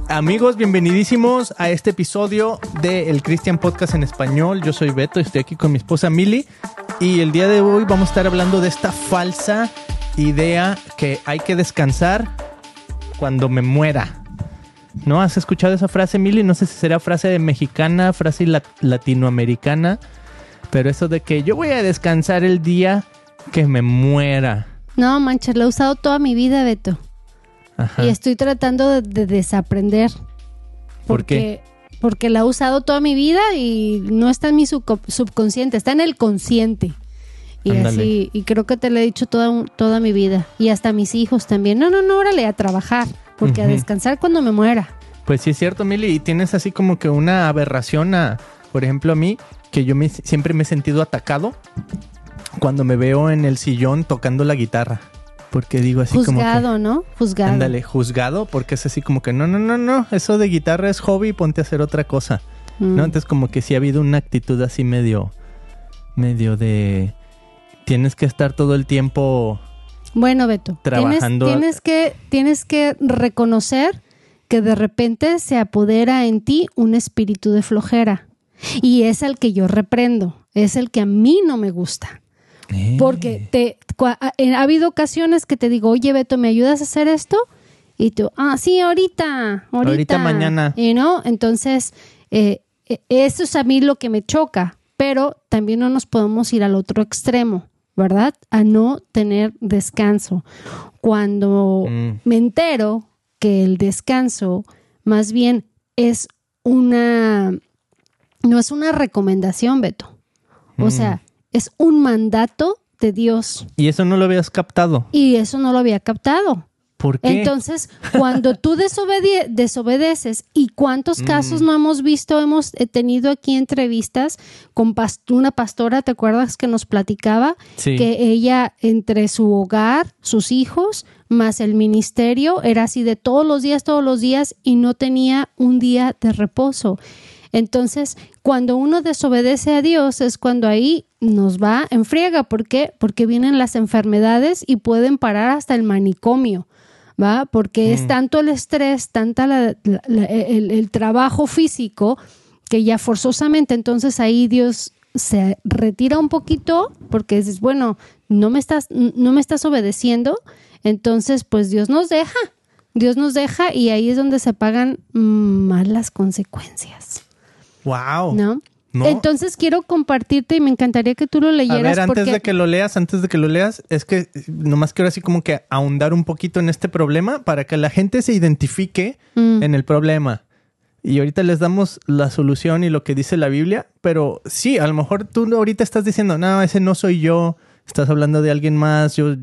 Amigos, bienvenidísimos a este episodio de El Christian Podcast en español. Yo soy Beto, estoy aquí con mi esposa Mili y el día de hoy vamos a estar hablando de esta falsa idea que hay que descansar cuando me muera. ¿No? ¿Has escuchado esa frase, Mili? No sé si será frase mexicana, frase latinoamericana, pero eso de que yo voy a descansar el día que me muera. No, manches, lo he usado toda mi vida, Beto. Ajá. Y estoy tratando de desaprender. ¿Por qué? Porque la he usado toda mi vida y no está en mi subconsciente, está en el consciente. Y Ándale. así, y creo que te lo he dicho toda mi vida. Y hasta mis hijos también. No, órale, a trabajar. Porque a descansar cuando me muera. Pues sí es cierto, Mili. Y tienes así como que una aberración a, por ejemplo, a mí, que yo siempre me he sentido atacado cuando me veo en el sillón tocando la guitarra. Porque digo así Juzgado, como que, ¿no? Juzgado. Ándale, juzgado, porque es así como que no, eso de guitarra es hobby, ponte a hacer otra cosa, ¿no? Entonces como que sí ha habido una actitud así medio de tienes que estar todo el tiempo bueno, Beto, trabajando. tienes que reconocer que de repente se apodera en ti un espíritu de flojera y es el que yo reprendo, es el que a mí no me gusta. Porque ha habido ocasiones que te digo, oye Beto, ¿me ayudas a hacer esto? Y tú, sí, ahorita mañana. Entonces, eso es a mí lo que me choca, pero también no nos podemos ir al otro extremo, ¿verdad? A no tener descanso. Cuando me entero que el descanso más bien no es una recomendación, Beto. O sea, es un mandato de Dios. Y eso no lo habías captado. Y eso no lo había captado. ¿Por qué? Entonces, cuando tú desobedeces, y cuántos casos no hemos visto, hemos tenido aquí entrevistas con una pastora, ¿te acuerdas que nos platicaba? Sí. Que ella, entre su hogar, sus hijos, más el ministerio, era así de todos los días, y no tenía un día de reposo. Entonces, cuando uno desobedece a Dios es cuando ahí nos va en friega. ¿Por qué? Porque vienen las enfermedades y pueden parar hasta el manicomio, ¿va? Porque es tanto el estrés, tanta el trabajo físico que ya forzosamente, entonces ahí Dios se retira un poquito porque dices, bueno, no me estás obedeciendo, entonces pues Dios nos deja y ahí es donde se pagan malas consencias. ¡Wow! ¿No? Entonces quiero compartirte y me encantaría que tú lo leyeras. A ver, antes de que lo leas, es que nomás quiero así como que ahondar un poquito en este problema para que la gente se identifique en el problema. Y ahorita les damos la solución y lo que dice la Biblia, pero sí, a lo mejor tú ahorita estás diciendo, no, ese no soy yo, estás hablando de alguien más, yo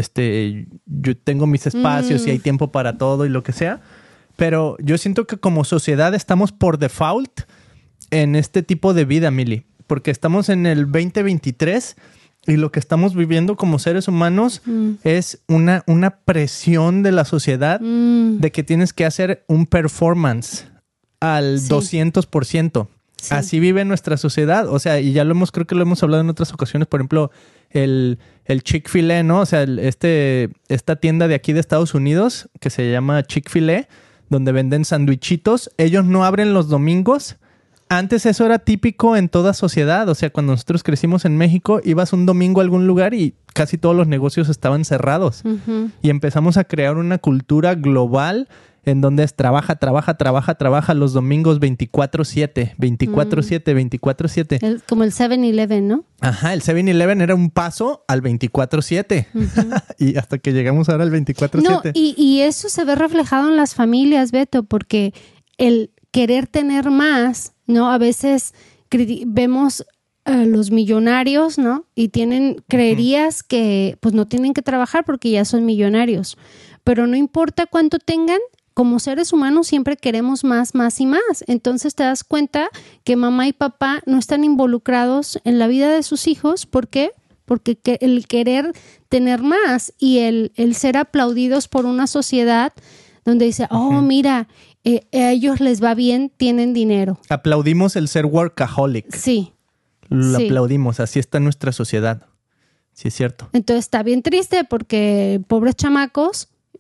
tengo mis espacios y hay tiempo para todo y lo que sea, pero yo siento que como sociedad estamos por default en este tipo de vida, Mili, porque estamos en el 2023 y lo que estamos viviendo como seres humanos es una presión de la sociedad de que tienes que hacer un performance al 200%. Sí. Así vive nuestra sociedad, o sea, y ya creo que lo hemos hablado en otras ocasiones, por ejemplo, el Chick-fil-A, ¿no? O sea, esta tienda de aquí de Estados Unidos que se llama Chick-fil-A, donde venden sandwichitos, ellos no abren los domingos. Antes eso era típico en toda sociedad, o sea, cuando nosotros crecimos en México, ibas un domingo a algún lugar y casi todos los negocios estaban cerrados. Y empezamos a crear una cultura global en donde es trabaja los domingos 24/7, 24/7. Como el 7-Eleven, ¿no? Ajá, el 7-Eleven era un paso al 24/7. Y hasta que llegamos ahora al 24/7. No, y eso se ve reflejado en las familias, Beto, porque el querer tener más, ¿no? A veces vemos a los millonarios, ¿no? Y creerías que pues no tienen que trabajar porque ya son millonarios. Pero no importa cuánto tengan, como seres humanos siempre queremos más y más. Entonces te das cuenta que mamá y papá no están involucrados en la vida de sus hijos. ¿Por qué? Porque el querer tener más y el ser aplaudidos por una sociedad donde dice, mira, a ellos les va bien, tienen dinero. Aplaudimos el ser workaholic. Sí. Lo aplaudimos, así está nuestra sociedad. Sí, es cierto. Entonces está bien triste porque pobres chamacos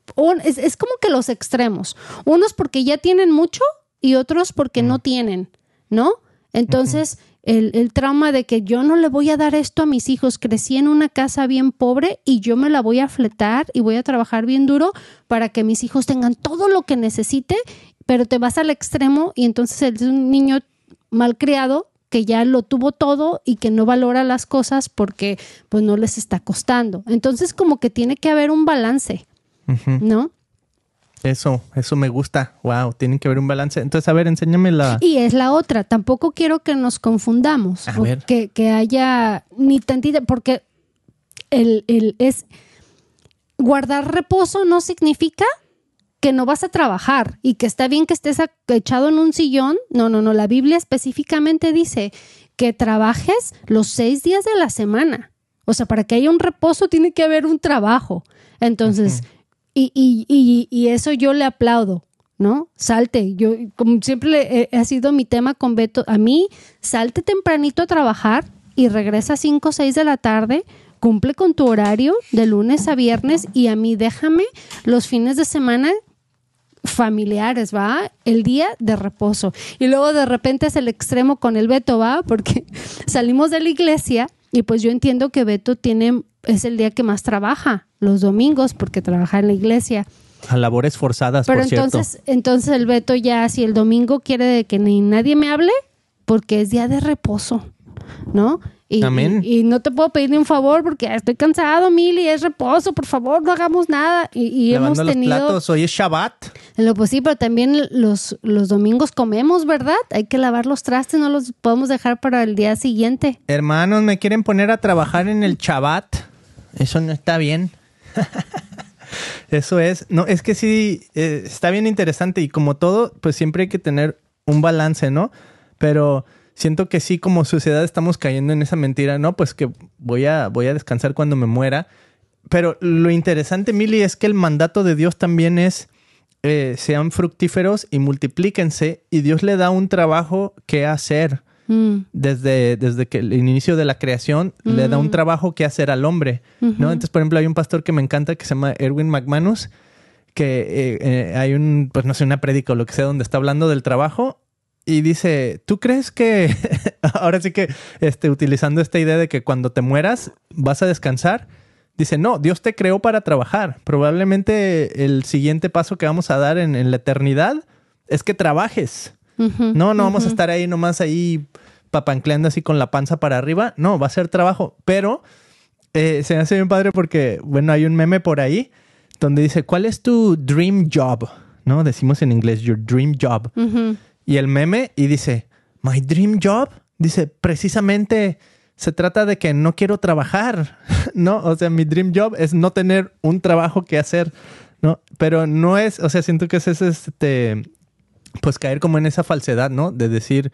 es como que los extremos. Unos porque ya tienen mucho y otros porque no tienen, ¿no? Entonces, el trauma de que yo no le voy a dar esto a mis hijos. Crecí en una casa bien pobre y yo me la voy a fletar y voy a trabajar bien duro para que mis hijos tengan todo lo que necesite, pero te vas al extremo y entonces es un niño malcriado que ya lo tuvo todo y que no valora las cosas porque pues no les está costando. Entonces como que tiene que haber un balance, ¿no? Eso me gusta. Wow, tiene que haber un balance. Entonces, a ver, enséñame la... Y es la otra. Tampoco quiero que nos confundamos. A ver. Que haya ni tantita, porque es guardar reposo no significa que no vas a trabajar y que está bien que estés echado en un sillón. No. La Biblia específicamente dice que trabajes los 6 días de la semana. O sea, para que haya un reposo tiene que haber un trabajo. Entonces, y eso yo le aplaudo, ¿no? Salte. Yo, como siempre ha sido mi tema con Beto, a mí, salte tempranito a trabajar y regresa a 5 o 6 de la tarde. Cumple con tu horario de lunes a viernes y a mí déjame los fines de semana familiares, ¿va? El día de reposo. Y luego de repente es el extremo con el Beto, ¿va? Porque salimos de la iglesia y pues yo entiendo que Beto es el día que más trabaja, los domingos, porque trabaja en la iglesia. A labores forzadas, pero por cierto. entonces el Beto ya, si el domingo quiere que ni nadie me hable, porque es día de reposo, ¿no? Amén. Y no te puedo pedir ni un favor porque estoy cansado, Mili, es reposo, por favor, no hagamos nada. Y Lavando hemos tenido... los platos, hoy es Shabbat. Pues sí, pero también los domingos comemos, ¿verdad? Hay que lavar los trastes, no los podemos dejar para el día siguiente. Hermanos, me quieren poner a trabajar en el Shabbat. Eso no está bien. Eso es... No, es que sí, está bien interesante y como todo, pues siempre hay que tener un balance, ¿no? Pero... siento que sí, como sociedad estamos cayendo en esa mentira, ¿no? Pues que voy a descansar cuando me muera. Pero lo interesante, Mili, es que el mandato de Dios también es sean fructíferos y multiplíquense. Y Dios le da un trabajo que hacer. Desde que el inicio de la creación le da un trabajo que hacer al hombre, ¿no? Entonces, por ejemplo, hay un pastor que me encanta que se llama Erwin McManus, que hay pues no sé, una prédica o lo que sea donde está hablando del trabajo. Y dice, ¿tú crees que ahora sí que utilizando esta idea de que cuando te mueras vas a descansar? Dice, no, Dios te creó para trabajar. Probablemente el siguiente paso que vamos a dar en la eternidad es que trabajes. No vamos a estar ahí nomás ahí papancleando así con la panza para arriba. No, va a ser trabajo. Pero se me hace bien padre porque, bueno, hay un meme por ahí donde dice, ¿cuál es tu dream job? ¿No? Decimos en inglés, your dream job. Y el meme, y dice, my dream job, dice, precisamente se trata de que no quiero trabajar, ¿no? O sea, mi dream job es no tener un trabajo que hacer, ¿no? Pero no es, o sea, siento que es pues caer como en esa falsedad, ¿no? De decir,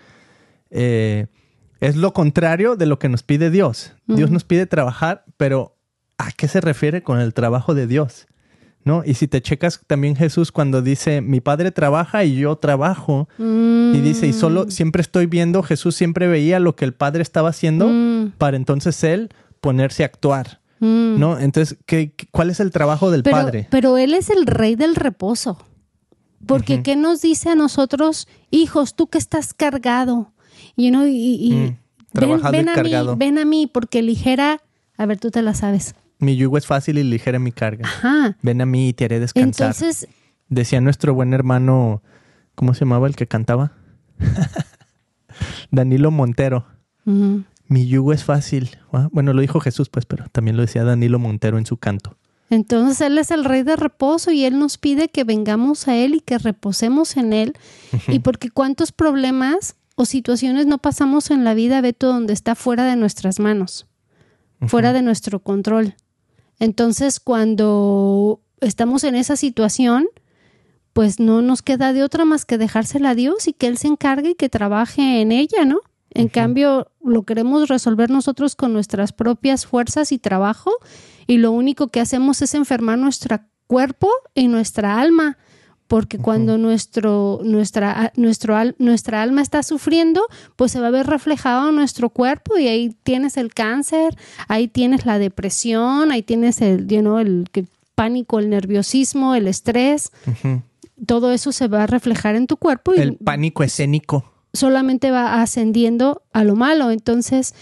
es lo contrario de lo que nos pide Dios. Dios nos pide trabajar, pero ¿a qué se refiere con el trabajo de Dios? ¿No? Y si te checas también Jesús cuando dice, mi padre trabaja y yo trabajo. Y dice, y solo siempre estoy viendo, Jesús siempre veía lo que el padre estaba haciendo para entonces él ponerse a actuar. ¿No? Entonces, ¿cuál es el trabajo del padre? Pero él es el rey del reposo. Porque ¿qué nos dice a nosotros? Hijos, tú que estás cargado. Trabajado y cargado. Ven a mí, porque ligera... A ver, tú te la sabes. Mi yugo es fácil y ligera mi carga. Ajá. Ven a mí y te haré descansar. Entonces... Decía nuestro buen hermano, ¿cómo se llamaba el que cantaba? Danilo Montero. Mi yugo es fácil. Bueno, lo dijo Jesús, pues, pero también lo decía Danilo Montero en su canto. Entonces Él es el rey de reposo y Él nos pide que vengamos a Él y que reposemos en Él. Y porque cuántos problemas o situaciones no pasamos en la vida, Beto, donde está fuera de nuestras manos, fuera de nuestro control. Entonces, cuando estamos en esa situación, pues no nos queda de otra más que dejársela a Dios y que Él se encargue y que trabaje en ella, ¿no? En cambio, lo queremos resolver nosotros con nuestras propias fuerzas y trabajo, y lo único que hacemos es enfermar nuestro cuerpo y nuestra alma, porque cuando nuestra alma está sufriendo, pues se va a ver reflejado en nuestro cuerpo, y ahí tienes el cáncer, ahí tienes la depresión, ahí tienes el pánico, el nerviosismo, el estrés, todo eso se va a reflejar en tu cuerpo. El pánico escénico. Solamente va ascendiendo a lo malo. Entonces,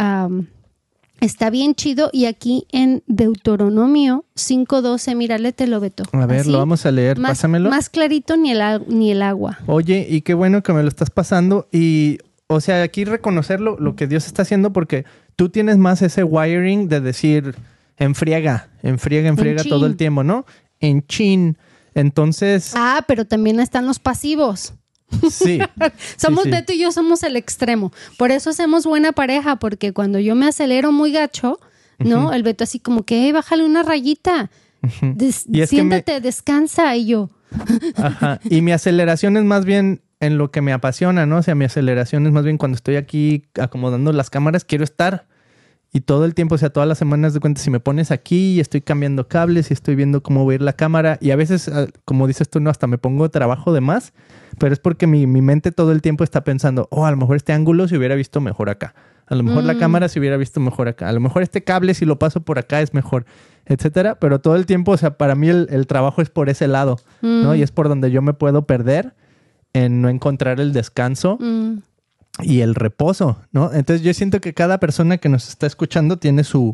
está bien chido. Y aquí en Deuteronomio 5:12, mira, léetelo, Beto. A ver, así, lo vamos a leer, pásamelo. Más clarito ni el agua. Oye, y qué bueno que me lo estás pasando. Y, o sea, aquí reconocer lo que Dios está haciendo, porque tú tienes más ese wiring de decir, enfriega todo el tiempo, ¿no? En chin. Entonces... pero también están los pasivos. Sí. Beto y yo somos el extremo. Por eso hacemos buena pareja, porque cuando yo me acelero muy gacho, ¿no? El Beto así como que, bájale una rayita. Siéntate, descansa. Y yo... Ajá. Y mi aceleración es más bien en lo que me apasiona, ¿no? O sea, mi aceleración es más bien cuando estoy aquí acomodando las cámaras, quiero estar. Y todo el tiempo, o sea, todas las semanas de cuenta, si me pones aquí y estoy cambiando cables y estoy viendo cómo va a ir la cámara, y a veces, como dices tú, no, hasta me pongo trabajo de más, pero es porque mi mente todo el tiempo está pensando, a lo mejor este ángulo se hubiera visto mejor acá, a lo mejor la cámara se hubiera visto mejor acá, a lo mejor este cable si lo paso por acá es mejor, etcétera, pero todo el tiempo, o sea, para mí el trabajo es por ese lado, ¿no? Y es por donde yo me puedo perder en no encontrar el descanso y el reposo, ¿no? Entonces yo siento que cada persona que nos está escuchando tiene su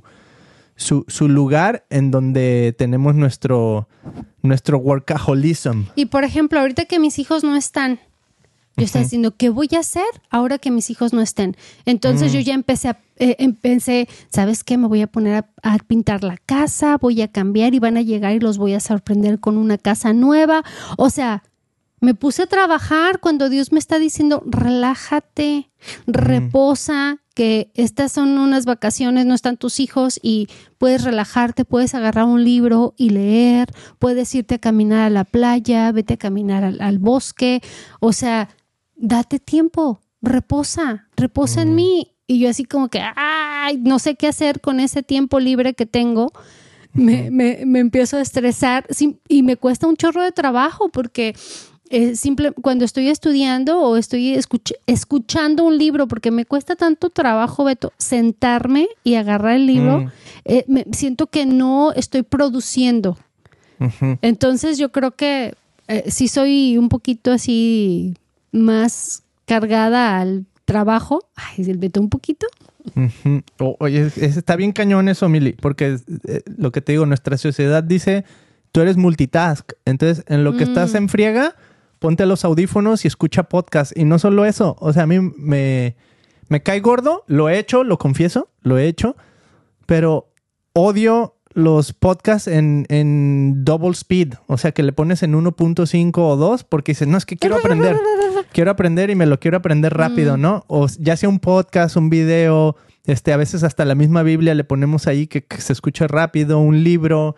lugar en donde tenemos nuestro workaholism. Y por ejemplo, ahorita que mis hijos no están, yo estoy diciendo, ¿qué voy a hacer ahora que mis hijos no estén? Entonces yo ya empecé, ¿sabes qué? Me voy a poner a pintar la casa, voy a cambiar y van a llegar y los voy a sorprender con una casa nueva. O sea, me puse a trabajar cuando Dios me está diciendo, relájate, reposa, que estas son unas vacaciones, no están tus hijos y puedes relajarte, puedes agarrar un libro y leer, puedes irte a caminar a la playa, vete a caminar al bosque. O sea, date tiempo, reposa en mí. Y yo así como que, no sé qué hacer con ese tiempo libre que tengo. Me empiezo a estresar y me cuesta un chorro de trabajo porque... cuando estoy estudiando o estoy escuchando un libro, porque me cuesta tanto trabajo, Beto, sentarme y agarrar el libro, siento que no estoy produciendo. Entonces yo creo que sí soy un poquito así más cargada al trabajo. Ay, el Beto un poquito. Oye, está bien cañón eso, Mili, porque lo que te digo, nuestra sociedad dice, tú eres multitask, entonces en lo que estás en friega, ponte los audífonos y escucha podcast. Y no solo eso, o sea, a mí me cae gordo, lo he hecho, lo confieso, lo he hecho, pero odio los podcasts en double speed, o sea, que le pones en 1.5 o 2 porque dices, no, es que quiero aprender y me lo quiero aprender rápido, ¿no? O ya sea un podcast, un video, a veces hasta la misma Biblia le ponemos ahí que se escuche rápido, un libro,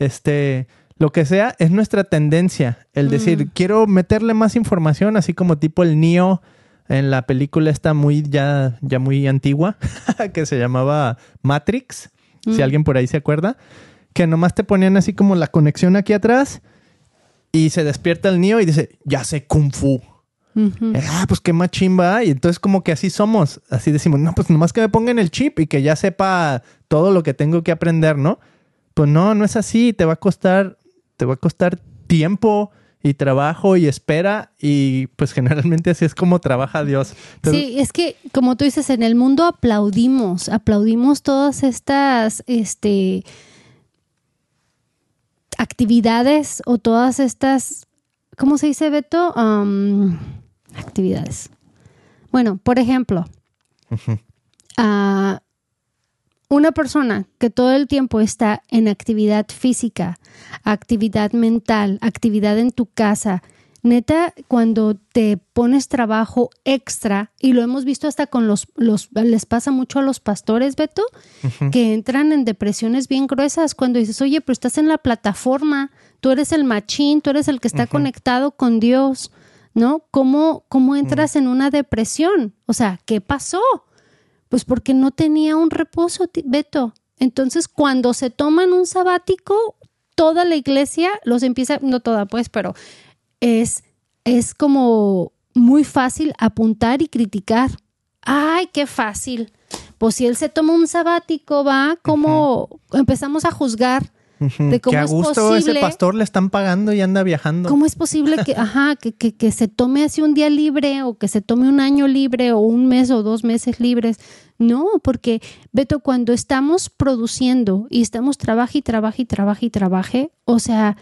lo que sea, es nuestra tendencia. El decir, quiero meterle más información, así como tipo el Neo en la película esta ya muy antigua, que se llamaba Matrix, si alguien por ahí se acuerda, que nomás te ponían así como la conexión aquí atrás y se despierta el Neo y dice, ya sé Kung Fu. Pues qué machín va. Y entonces como que así somos. Así decimos, no, pues nomás que me pongan el chip y que ya sepa todo lo que tengo que aprender, ¿no? Pues no es así. Te va a costar tiempo y trabajo y espera, y pues generalmente así es como trabaja Dios. Entonces, sí, es que como tú dices, en el mundo aplaudimos todas estas actividades o todas estas, ¿cómo se dice, Beto? Actividades. Bueno, por ejemplo, una persona que todo el tiempo está en actividad física, actividad mental, actividad en tu casa, neta, cuando te pones trabajo extra, y lo hemos visto hasta con les pasa mucho a los pastores, Beto, que entran en depresiones bien gruesas cuando dices, oye, pero estás en la plataforma, tú eres el machín, tú eres el que está conectado con Dios, ¿no? ¿Cómo entras en una depresión? O sea, ¿qué pasó? Pues porque no tenía un reposo, Beto. Entonces, cuando se toman un sabático, toda la iglesia los empieza, no toda pues, pero es como muy fácil apuntar y criticar. ¡Ay, qué fácil! Pues si él se toma un sabático, va, como empezamos a juzgar, De cómo que a es gusto posible, ese pastor le están pagando y anda viajando. ¿cómo es posible que se tome así un día libre o que se tome un año libre o un mes o 2 meses libres? No, porque, Beto, cuando estamos produciendo y estamos trabaje, o sea,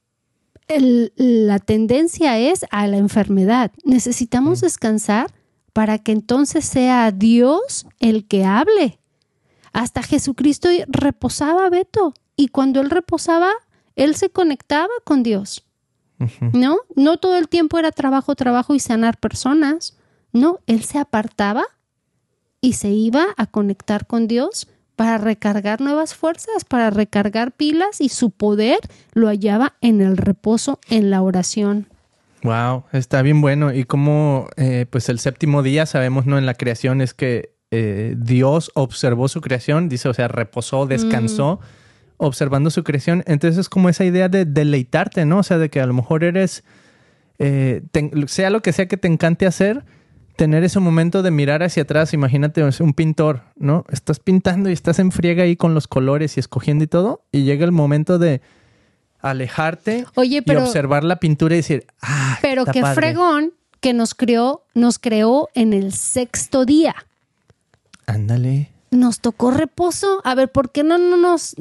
la tendencia es a la enfermedad. Necesitamos descansar para que entonces sea Dios el que hable. Hasta Jesucristo reposaba, Beto. Y cuando Él reposaba, Él se conectaba con Dios. ¿No? No todo el tiempo era trabajo y sanar personas. No, Él se apartaba y se iba a conectar con Dios para recargar nuevas fuerzas, para recargar pilas, y su poder lo hallaba en el reposo, en la oración. Wow, está bien bueno. Y como pues el séptimo día, sabemos, ¿no? En la creación es que Dios observó su creación, dice, o sea, reposó, descansó, observando su creación. Entonces es como esa idea de deleitarte, ¿no? O sea, de que a lo mejor eres, sea lo que sea que te encante hacer, tener ese momento de mirar hacia atrás. Imagínate, es un pintor, ¿no? Estás pintando y estás en friega ahí con los colores y escogiendo y todo, y llega el momento de alejarte y observar la pintura y decir, pero qué padre. Fregón que nos creó en el 6º día. Ándale. Nos tocó reposo. A ver, ¿por qué no nos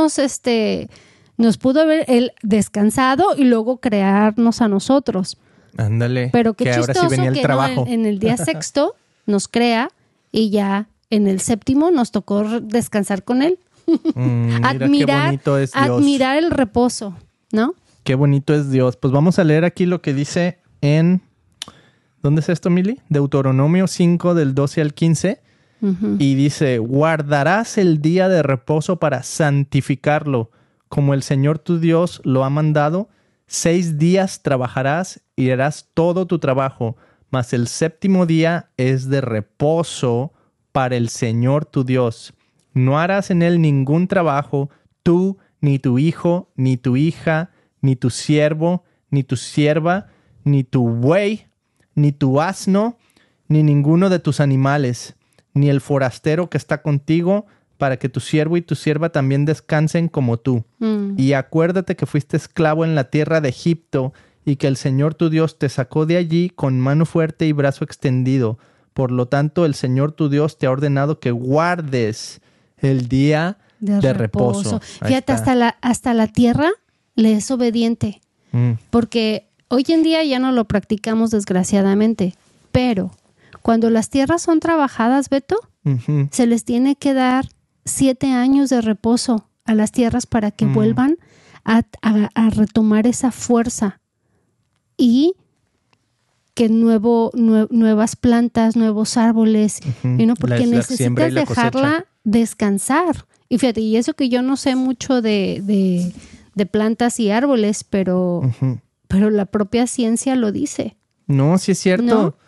pudo haber él descansado y luego crearnos a nosotros? Ándale. Pero qué que chistoso ahora sí venía el que trabajo. No, en el día 6º nos crea y ya en el 7º nos tocó descansar con él. Mira qué bonito es Dios. Admirar el reposo, ¿no? Qué bonito es Dios. Pues vamos a leer aquí lo que dice en... ¿Dónde es esto, Mili? Deuteronomio 5, del 12 al 15. Y dice, guardarás el día de reposo para santificarlo, como el Señor tu Dios lo ha mandado. 6 días trabajarás y harás todo tu trabajo, mas el 7º día es de reposo para el Señor tu Dios. No harás en él ningún trabajo, tú, ni tu hijo, ni tu hija, ni tu siervo, ni tu sierva, ni tu buey, ni tu asno, ni ninguno de tus animales, ni el forastero que está contigo, para que tu siervo y tu sierva también descansen como tú. Y acuérdate que fuiste esclavo en la tierra de Egipto, y que el Señor tu Dios te sacó de allí con mano fuerte y brazo extendido. Por lo tanto, el Señor tu Dios te ha ordenado que guardes el día de reposo. Fíjate, hasta la tierra le es obediente. Porque hoy en día ya no lo practicamos, desgraciadamente. Pero cuando las tierras son trabajadas, Beto, se les tiene que dar 7 años de reposo a las tierras para que vuelvan a retomar esa fuerza y que nuevas plantas, nuevos árboles, porque necesitas dejarla descansar. Y fíjate, y eso que yo no sé mucho de plantas y árboles, pero la propia ciencia lo dice. No, sí es cierto. ¿No?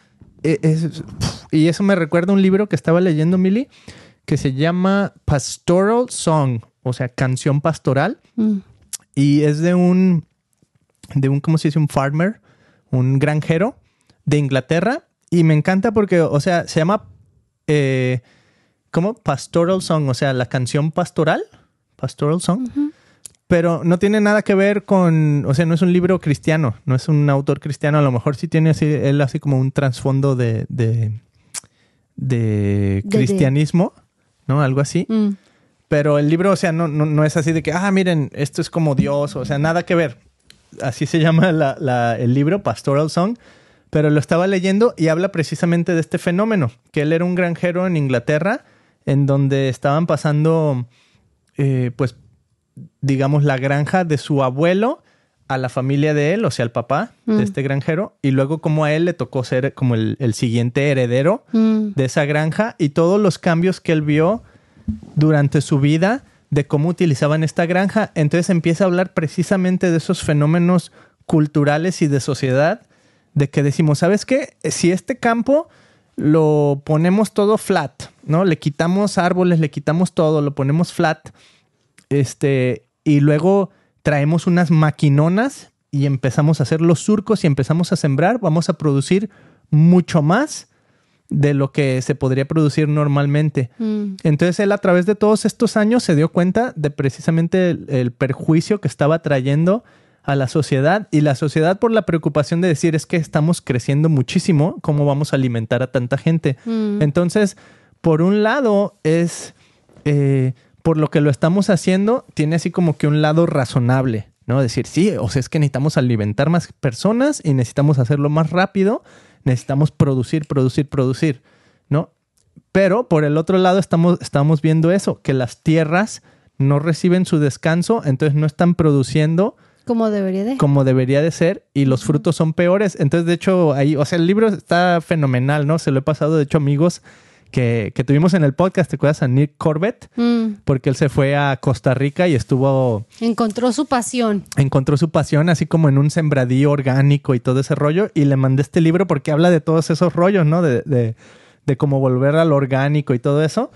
Y eso me recuerda a un libro que estaba leyendo, Mili, que se llama Pastoral Song, o sea, canción pastoral. Y es de un, ¿cómo se dice? Un farmer, un granjero de Inglaterra. Y me encanta porque, o sea, se llama, ¿cómo? Pastoral Song, o sea, la canción pastoral. Pastoral Song. Pero no tiene nada que ver con, o sea, no es un libro cristiano, no es un autor cristiano. A lo mejor sí tiene él así como un trasfondo de cristianismo, ¿no? Algo así. Pero el libro, o sea, no es así de que, miren, esto es como Dios, o sea, nada que ver. Así se llama el libro, Pastoral Song. Pero lo estaba leyendo y habla precisamente de este fenómeno, que él era un granjero en Inglaterra, en donde estaban pasando, pues, digamos, la granja de su abuelo a la familia de él, o sea, al papá de este granjero, y luego como a él le tocó ser como el siguiente heredero de esa granja, y todos los cambios que él vio durante su vida de cómo utilizaban esta granja. Entonces empieza a hablar precisamente de esos fenómenos culturales y de sociedad, de que decimos, ¿sabes qué? Si este campo lo ponemos todo flat, ¿no? Le quitamos árboles, le quitamos todo, lo ponemos flat, y luego traemos unas maquinonas y empezamos a hacer los surcos y empezamos a sembrar, vamos a producir mucho más de lo que se podría producir normalmente. Entonces él a través de todos estos años se dio cuenta de precisamente el perjuicio que estaba trayendo a la sociedad, y la sociedad por la preocupación de decir es que estamos creciendo muchísimo, ¿cómo vamos a alimentar a tanta gente? Entonces, por un lado es, por lo que lo estamos haciendo, tiene así como que un lado razonable, ¿no? Decir, sí, o sea, es que necesitamos alimentar más personas y necesitamos hacerlo más rápido. Necesitamos producir, ¿no? Pero por el otro lado estamos viendo eso, que las tierras no reciben su descanso, entonces no están produciendo como debería de ser, y los frutos son peores. Entonces, de hecho, ahí, o sea, el libro está fenomenal, ¿no? Se lo he pasado, de hecho, amigos que tuvimos en el podcast, ¿te acuerdas? A Nick Corbett, porque él se fue a Costa Rica y encontró su pasión, así como en un sembradío orgánico y todo ese rollo, y le mandé este libro porque habla de todos esos rollos, ¿no? De cómo volver al orgánico y todo eso.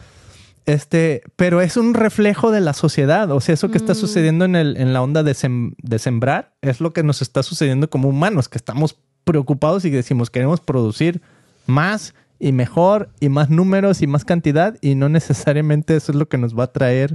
Pero es un reflejo de la sociedad, o sea, eso que está sucediendo en la onda de sembrar es lo que nos está sucediendo como humanos, que estamos preocupados y decimos queremos producir más y mejor y más números y más cantidad, y no necesariamente eso es lo que nos va a traer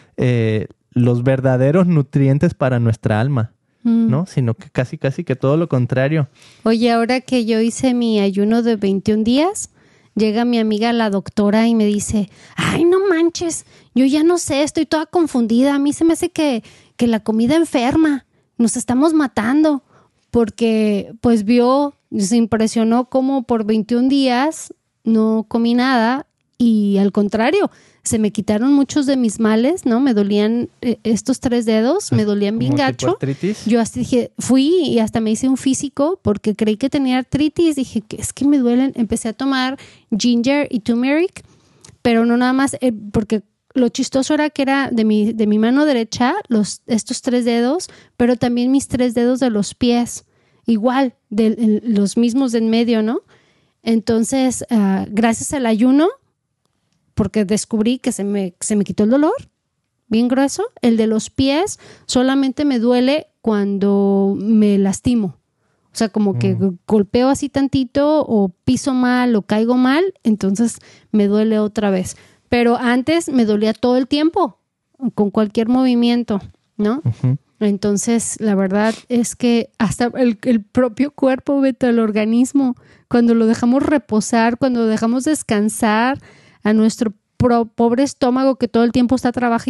los verdaderos nutrientes para nuestra alma, ¿no? Sino que casi que todo lo contrario. Oye, ahora que yo hice mi ayuno de 21 días, llega mi amiga la doctora y me dice, ay, no manches, yo ya no sé, estoy toda confundida, a mí se me hace que la comida enferma, nos estamos matando, porque pues se impresionó como por 21 días no comí nada, y al contrario, se me quitaron muchos de mis males, ¿no? Me dolían estos 3 dedos, me dolían bien gacho. ¿Artritis? Yo hasta fui y hasta me hice un físico porque creí que tenía artritis. Dije, que es que me duelen. Empecé a tomar ginger y turmeric, pero no nada más, porque lo chistoso era que era de mi mano derecha estos 3 dedos, pero también mis 3 dedos de los pies, igual, los mismos de en medio, ¿no? Entonces, gracias al ayuno, porque descubrí que se me quitó el dolor bien grueso. El de los pies solamente me duele cuando me lastimo. O sea, como que golpeo así tantito o piso mal o caigo mal, entonces me duele otra vez. Pero antes me dolía todo el tiempo con cualquier movimiento, ¿no? Entonces, la verdad es que hasta el propio cuerpo, Beto, el organismo, cuando lo dejamos reposar, cuando lo dejamos descansar, a nuestro pobre estómago que todo el tiempo está trabaje,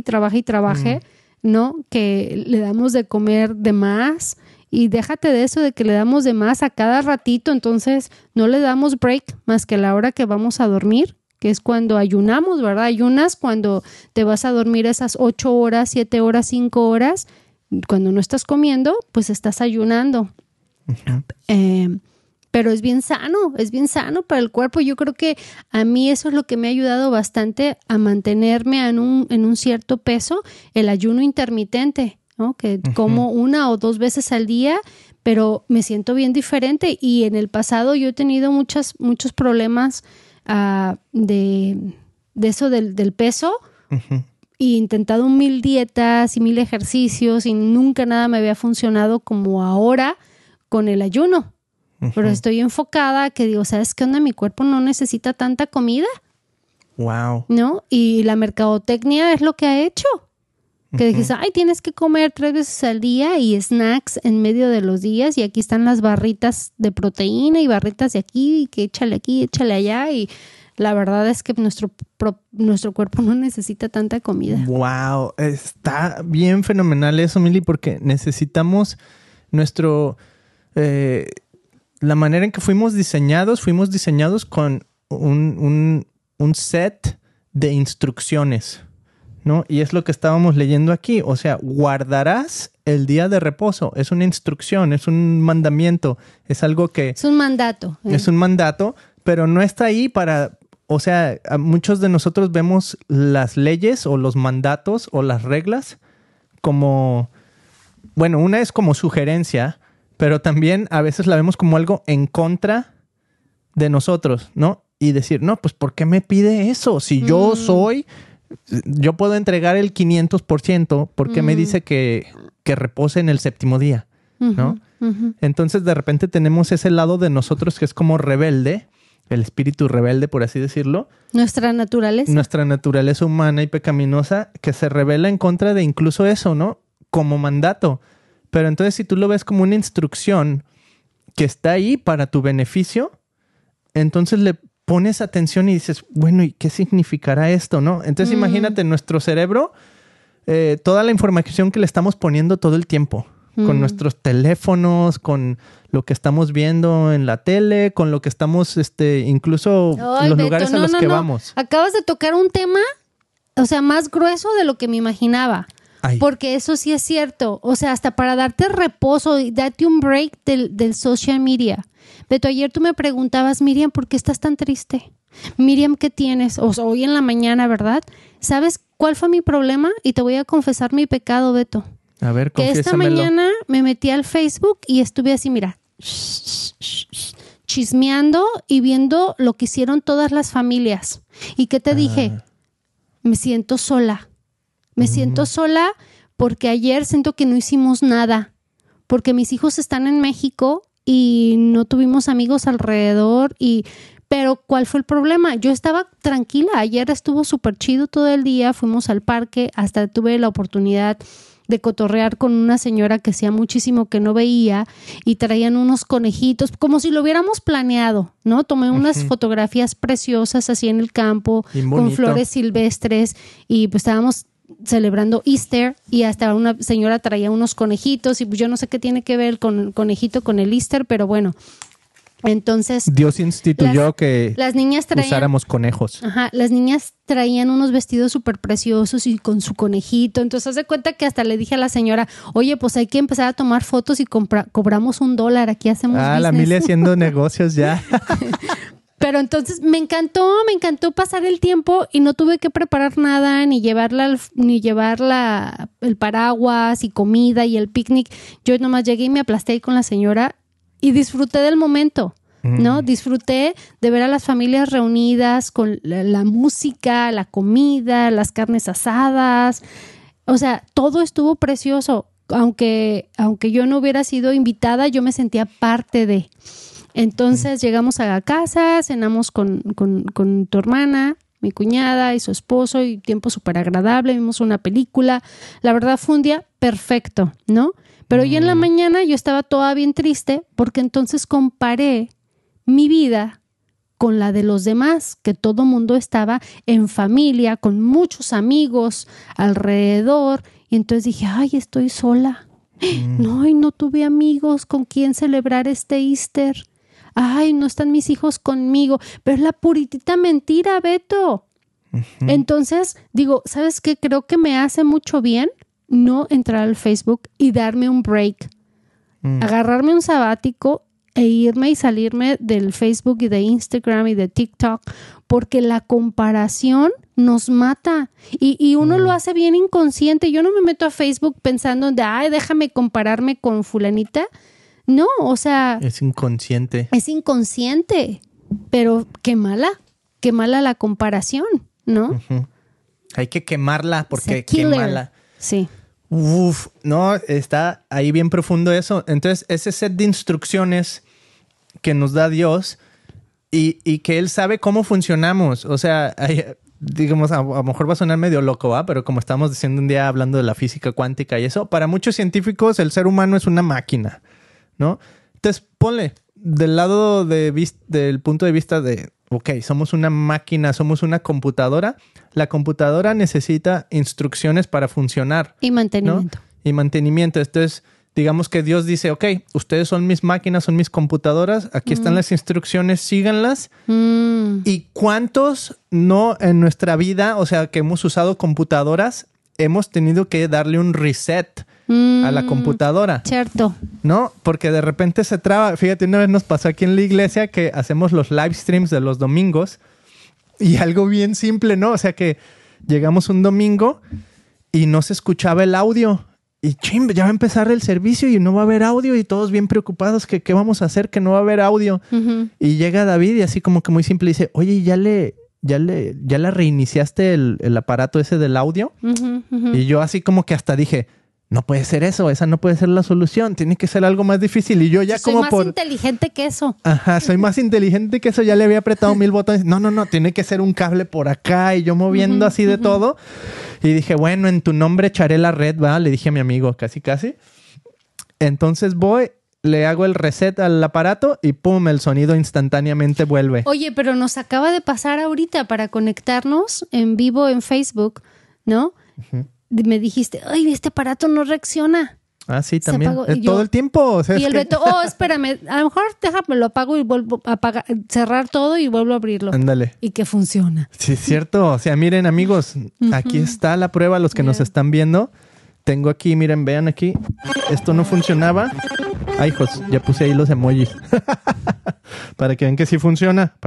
¿no? Que le damos de comer de más, y déjate de eso de que le damos de más a cada ratito, entonces no le damos break más que a la hora que vamos a dormir, que es cuando ayunamos, ¿verdad? Ayunas cuando te vas a dormir esas 8 horas, 7 horas, 5 horas. Cuando no estás comiendo, pues estás ayunando. Pero es bien sano para el cuerpo. Yo creo que a mí eso es lo que me ha ayudado bastante a mantenerme en un cierto peso, el ayuno intermitente, ¿no? Que como 1 o 2 veces al día, pero me siento bien diferente. Y en el pasado yo he tenido muchos problemas de eso del peso. Y he intentado 1000 dietas y 1000 ejercicios y nunca nada me había funcionado como ahora con el ayuno. Pero estoy enfocada que digo, ¿sabes qué onda? Mi cuerpo no necesita tanta comida. Wow. ¿No? Y la mercadotecnia es lo que ha hecho. Que dices, ay, tienes que comer 3 veces al día y snacks en medio de los días, y aquí están las barritas de proteína y barritas de aquí, y que échale aquí, échale allá, y la verdad es que nuestro cuerpo no necesita tanta comida. Wow, está bien fenomenal eso, Mili, porque necesitamos la manera en que fuimos diseñados con un set de instrucciones, ¿no? Y es lo que estábamos leyendo aquí. O sea, guardarás el día de reposo. Es una instrucción, es un mandamiento, es algo que... Es un mandato. Es un mandato, pero no está ahí para... O sea, a muchos de nosotros vemos las leyes o los mandatos o las reglas como... Bueno, una es como sugerencia, pero también a veces la vemos como algo en contra de nosotros, ¿no? Y decir, no, pues ¿por qué me pide eso? Si yo puedo entregar el 500%, ¿por qué me dice que repose en el 7º día? ¿No? Entonces de repente tenemos ese lado de nosotros que es como rebelde el espíritu rebelde, por así decirlo. Nuestra naturaleza. Nuestra naturaleza humana y pecaminosa que se rebela en contra de incluso eso, ¿no? Como mandato. Pero entonces si tú lo ves como una instrucción que está ahí para tu beneficio, entonces le pones atención y dices, bueno, ¿y qué significará esto, no? Entonces imagínate nuestro cerebro, toda la información que le estamos poniendo todo el tiempo. Con nuestros teléfonos, con lo que estamos viendo en la tele, con lo que estamos, incluso los lugares a los que vamos. Acabas de tocar un tema, o sea, más grueso de lo que me imaginaba. Ay. Porque eso sí es cierto. O sea, hasta para darte reposo y darte un break del social media. Beto, ayer tú me preguntabas, Miriam, ¿por qué estás tan triste? Miriam, ¿qué tienes? O sea, hoy en la mañana, ¿verdad? ¿Sabes cuál fue mi problema? Y te voy a confesar mi pecado, Beto. A ver, que esta mañana me metí al Facebook y estuve así, mira, chismeando y viendo lo que hicieron todas las familias. ¿Y qué te dije? Me siento sola. Me siento sola porque ayer siento que no hicimos nada. Porque mis hijos están en México y no tuvimos amigos alrededor. Pero ¿cuál fue el problema? Yo estaba tranquila. Ayer estuvo súper chido todo el día. Fuimos al parque. Hasta tuve la oportunidad de cotorrear con una señora que hacía muchísimo que no veía y traían unos conejitos, como si lo hubiéramos planeado, ¿no? Tomé unas fotografías preciosas así en el campo, con flores silvestres y pues estábamos celebrando Easter y hasta una señora traía unos conejitos y pues yo no sé qué tiene que ver con el conejito con el Easter, pero bueno. Entonces Dios instituyó que las niñas usáramos conejos. Ajá, las niñas traían unos vestidos súper preciosos y con su conejito. Entonces haz de cuenta que hasta le dije a la señora, oye, pues hay que empezar a tomar fotos y cobramos $1. Aquí hacemos business. La Mili haciendo negocios ya. Pero entonces me encantó pasar el tiempo y no tuve que preparar nada, ni llevar el paraguas y comida y el picnic. Yo nomás llegué y me aplasté ahí con la señora y disfruté del momento, ¿no? Disfruté de ver a las familias reunidas con la música, la comida, las carnes asadas. O sea, todo estuvo precioso. Aunque yo no hubiera sido invitada, yo me sentía parte de. Entonces llegamos a la casa, cenamos con tu hermana, mi cuñada y su esposo y tiempo súper agradable, vimos una película. La verdad fue un día perfecto, ¿no? Pero ya en la mañana yo estaba toda bien triste porque entonces comparé mi vida con la de los demás, que todo mundo estaba en familia, con muchos amigos alrededor. Y entonces dije, ay, estoy sola. No, y no tuve amigos con quien celebrar este Easter. Ay, no están mis hijos conmigo. Pero es la puritita mentira, Beto. Entonces, digo, ¿sabes qué? Creo que me hace mucho bien no entrar al Facebook y darme un break. Agarrarme un sabático e irme y salirme del Facebook y de Instagram y de TikTok, porque la comparación nos mata y uno lo hace bien inconsciente. Yo no me meto a Facebook pensando de, ay, déjame compararme con fulanita. No, o sea... Es inconsciente. Es inconsciente, pero qué mala la comparación, ¿no? Hay que quemarla porque quemarla. Sí. Uf, no, está ahí bien profundo eso. Entonces, ese set de instrucciones que nos da Dios y que Él sabe cómo funcionamos. O sea, digamos, a lo mejor va a sonar medio loco, ¿va? Pero como estábamos diciendo un día hablando de la física cuántica y eso, para muchos científicos el ser humano es una máquina, ¿no? Entonces, ponle del lado del punto de vista de, ok, somos una máquina, somos una computadora. La computadora necesita instrucciones para funcionar. Y mantenimiento. ¿No? Y mantenimiento. Entonces, digamos que Dios dice, ok, ustedes son mis máquinas, son mis computadoras. Aquí están las instrucciones, síganlas. ¿Y cuántos no en nuestra vida, o sea, que hemos usado computadoras, hemos tenido que darle un reset a la computadora? Cierto. ¿No? Porque de repente se traba. Fíjate, una vez nos pasó aquí en la iglesia que hacemos los live streams de los domingos y algo bien simple, ¿no? O sea que llegamos un domingo y no se escuchaba el audio y ya va a empezar el servicio y no va a haber audio y todos bien preocupados que qué vamos a hacer, que no va a haber audio. Y llega David y así como que muy simple dice, oye, ¿ya la reiniciaste el aparato ese del audio? Y yo así como que hasta dije, no puede ser eso, esa no puede ser la solución, tiene que ser algo más difícil. Y yo ya soy más inteligente que eso. Ajá, soy más inteligente que eso, ya le había apretado 1000 botones. No, tiene que ser un cable por acá y yo moviendo así de todo. Y dije, bueno, en tu nombre echaré la red, ¿va? Le dije a mi amigo, casi. Entonces voy, le hago el reset al aparato y ¡pum! El sonido instantáneamente vuelve. Oye, pero nos acaba de pasar ahorita para conectarnos en vivo en Facebook, ¿no? Me dijiste, ay, este aparato no reacciona. Ah, sí, también. Todo el tiempo. O sea, y el Beto, espérame, a lo mejor déjame, lo apago y vuelvo a cerrar todo y vuelvo a abrirlo. Ándale. Y que funciona. Sí, es cierto. O sea, miren, amigos, aquí está la prueba, los que nos están viendo. Tengo aquí, miren, vean aquí. Esto no funcionaba. Ay, hijos, ya puse ahí los emojis. Para que vean que sí funciona.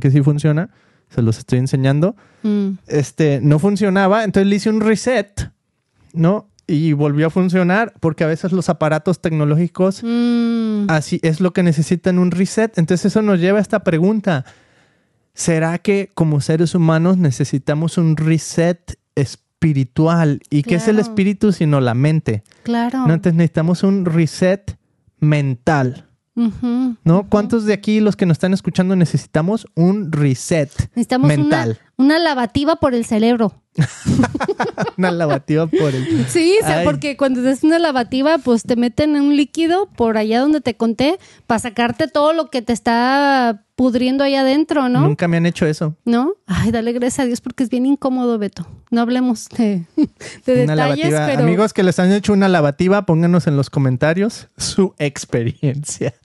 Se los estoy enseñando. No funcionaba. Entonces le hice un reset, ¿no? Y volvió a funcionar porque a veces los aparatos tecnológicos así es lo que necesitan un reset. Entonces eso nos lleva a esta pregunta. ¿Será que como seres humanos necesitamos un reset espiritual? ¿Y qué es el espíritu sino la mente? Claro. ¿No? Entonces necesitamos un reset mental. ¿No? ¿Cuántos de aquí, los que nos están escuchando, necesitamos un reset mental? Una lavativa por el cerebro. Una lavativa por el... Sí, porque cuando te haces una lavativa, pues te meten en un líquido por allá donde te conté para sacarte todo lo que te está pudriendo ahí adentro, ¿no? Nunca me han hecho eso. ¿No? Ay, dale gracias a Dios porque es bien incómodo, Beto. No hablemos de detalles, lavativa. pero... Amigos que les han hecho una lavativa, pónganos en los comentarios su experiencia.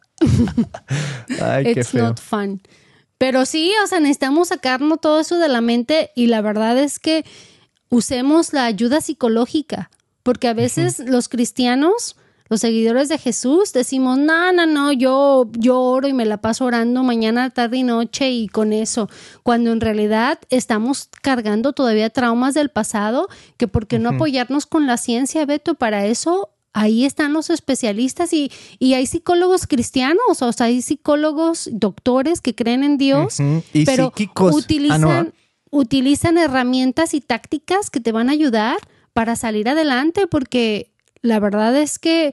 Ay, qué feo. It's not fun. Pero sí, o sea, necesitamos sacarnos todo eso de la mente y la verdad es que usemos la ayuda psicológica, porque a veces los cristianos, los seguidores de Jesús, decimos, no, yo oro y me la paso orando mañana, tarde y noche y con eso, cuando en realidad estamos cargando todavía traumas del pasado, que por qué no apoyarnos con la ciencia, Beto, para eso. Ahí están los especialistas y hay psicólogos cristianos, o sea, hay psicólogos, doctores que creen en Dios, y pero psíquicos. utilizan herramientas y tácticas que te van a ayudar para salir adelante, porque la verdad es que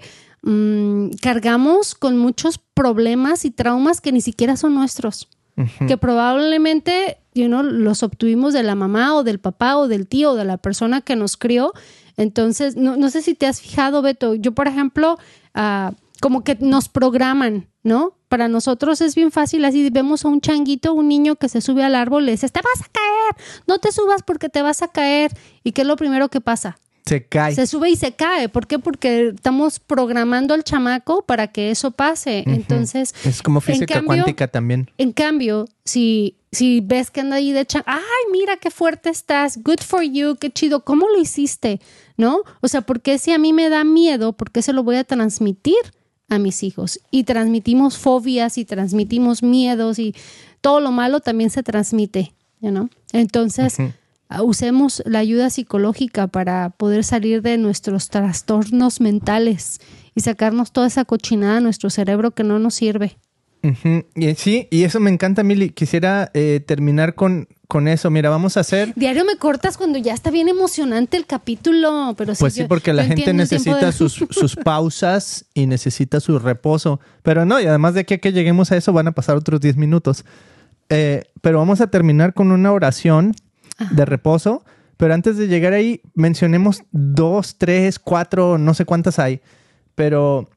cargamos con muchos problemas y traumas que ni siquiera son nuestros, que probablemente los obtuvimos de la mamá o del papá o del tío o de la persona que nos crió. Entonces, no sé si te has fijado, Beto. Yo, por ejemplo, como que nos programan, ¿no? Para nosotros es bien fácil. Así vemos a un changuito, un niño que se sube al árbol, le dices, te vas a caer, no te subas porque te vas a caer. ¿Y qué es lo primero que pasa? Se cae. Se sube y se cae. ¿Por qué? Porque estamos programando al chamaco para que eso pase. Entonces... Es como física cuántica también. En cambio, si ves que anda ahí de ¡ay, mira qué fuerte estás! Good for you, qué chido. ¿Cómo lo hiciste? ¿No? O sea, ¿por qué si a mí me da miedo? ¿Por qué se lo voy a transmitir a mis hijos? Y transmitimos fobias y transmitimos miedos y todo lo malo también se transmite, ¿no? Entonces... usemos la ayuda psicológica para poder salir de nuestros trastornos mentales y sacarnos toda esa cochinada de nuestro cerebro que no nos sirve. Sí, y eso me encanta, Mili. Quisiera terminar con eso. Mira, vamos a hacer... Diario me cortas cuando ya está bien emocionante el capítulo. Pero pues sí, porque la gente necesita sus pausas y necesita su reposo. Pero no, y además de aquí a que lleguemos a eso van a pasar otros 10 minutos. Pero vamos a terminar con una oración de reposo, pero antes de llegar ahí mencionemos 2, 3, 4, no sé cuántas hay, pero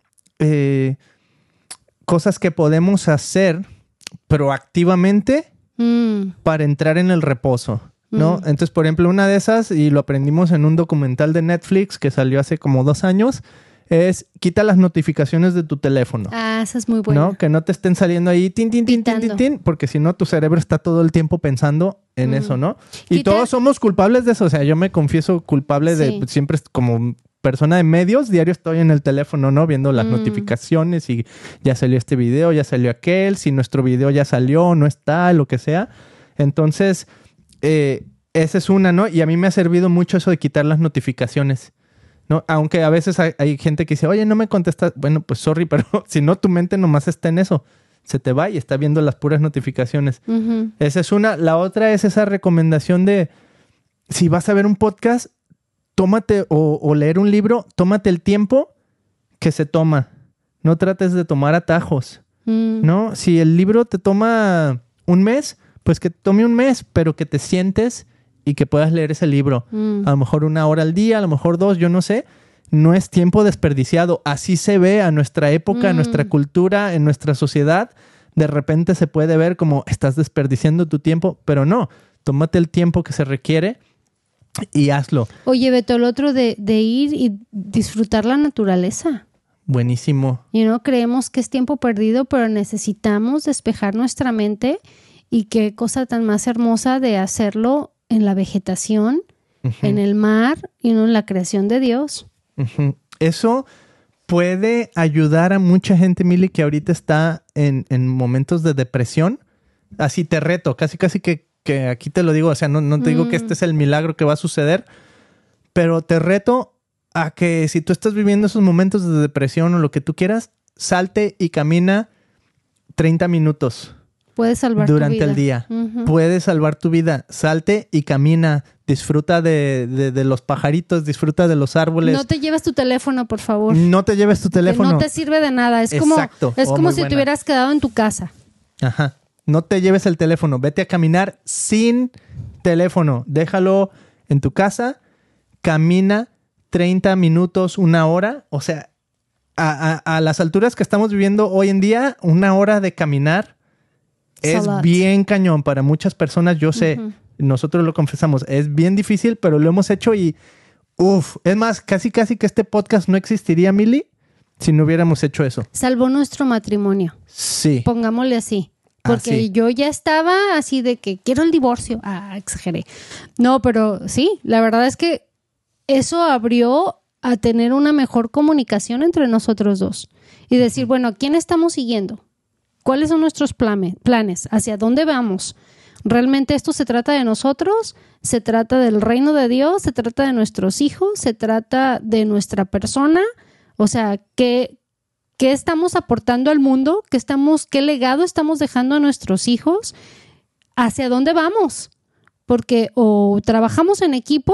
cosas que podemos hacer proactivamente para entrar en el reposo, ¿no? Entonces, por ejemplo, una de esas, y lo aprendimos en un documental de Netflix que salió hace como 2 años, es quita las notificaciones de tu teléfono. Ah, esa es muy buena. ¿No? Que no te estén saliendo ahí tin, porque si no tu cerebro está todo el tiempo pensando en eso, ¿no? Y todos somos culpables de eso. O sea, yo me confieso culpable de siempre como persona de medios, diario estoy en el teléfono, ¿no? Viendo las notificaciones y ya salió este video, ya salió aquel, si nuestro video ya salió, no está, lo que sea. Entonces, esa es una, ¿no? Y a mí me ha servido mucho eso de quitar las notificaciones, ¿no? Aunque a veces hay gente que dice, oye, no me contestas. Bueno, pues sorry, pero si no, tu mente nomás está en eso. Se te va y está viendo las puras notificaciones. Esa es una. La otra es esa recomendación de, si vas a ver un podcast, tómate, o leer un libro, tómate el tiempo que se toma. No trates de tomar atajos, ¿no? Si el libro te toma un mes, pues que tome un mes, pero que te sientes y que puedas leer ese libro. A lo mejor 1 hora al día, a lo mejor 2, yo no sé. No es tiempo desperdiciado. Así se ve a nuestra época, a nuestra cultura, en nuestra sociedad. De repente se puede ver como estás desperdiciando tu tiempo, pero no. Tómate el tiempo que se requiere y hazlo. Oye, Beto, el otro de ir y disfrutar la naturaleza. Buenísimo. Creemos que es tiempo perdido, pero necesitamos despejar nuestra mente, y qué cosa tan más hermosa de hacerlo en la vegetación, en el mar y en la creación de Dios. Eso puede ayudar a mucha gente, Mili, que ahorita está en momentos de depresión. Así te reto, casi que aquí te lo digo, o sea, no te digo que este es el milagro que va a suceder, pero te reto a que si tú estás viviendo esos momentos de depresión o lo que tú quieras, salte y camina 30 minutos. Puedes salvar tu vida. Durante el día. Puedes salvar tu vida. Salte y camina. Disfruta de los pajaritos, disfruta de los árboles. No te lleves tu teléfono, por favor. No te lleves tu teléfono. Que no te sirve de nada. Es Exacto. como si te hubieras quedado en tu casa. Ajá. No te lleves el teléfono. Vete a caminar sin teléfono. Déjalo en tu casa. Camina 30 minutos, 1 hora. O sea, a las alturas que estamos viviendo hoy en día, 1 hora de caminar es bien cañón para muchas personas. Yo sé, nosotros lo confesamos, es bien difícil, pero lo hemos hecho y es más, casi que este podcast no existiría, Mili, si no hubiéramos hecho eso. Salvó nuestro matrimonio. Sí. Pongámosle así. Porque yo ya estaba así de que quiero el divorcio. Exageré. No, pero sí, la verdad es que eso abrió a tener una mejor comunicación entre nosotros dos. Y decir, bueno, ¿a quién estamos siguiendo? ¿Cuáles son nuestros planes? ¿Hacia dónde vamos? ¿Realmente esto se trata de nosotros? ¿Se trata del reino de Dios? ¿Se trata de nuestros hijos? ¿Se trata de nuestra persona? O sea, ¿qué estamos aportando al mundo? ¿Qué legado estamos dejando a nuestros hijos? ¿Hacia dónde vamos? Porque o trabajamos en equipo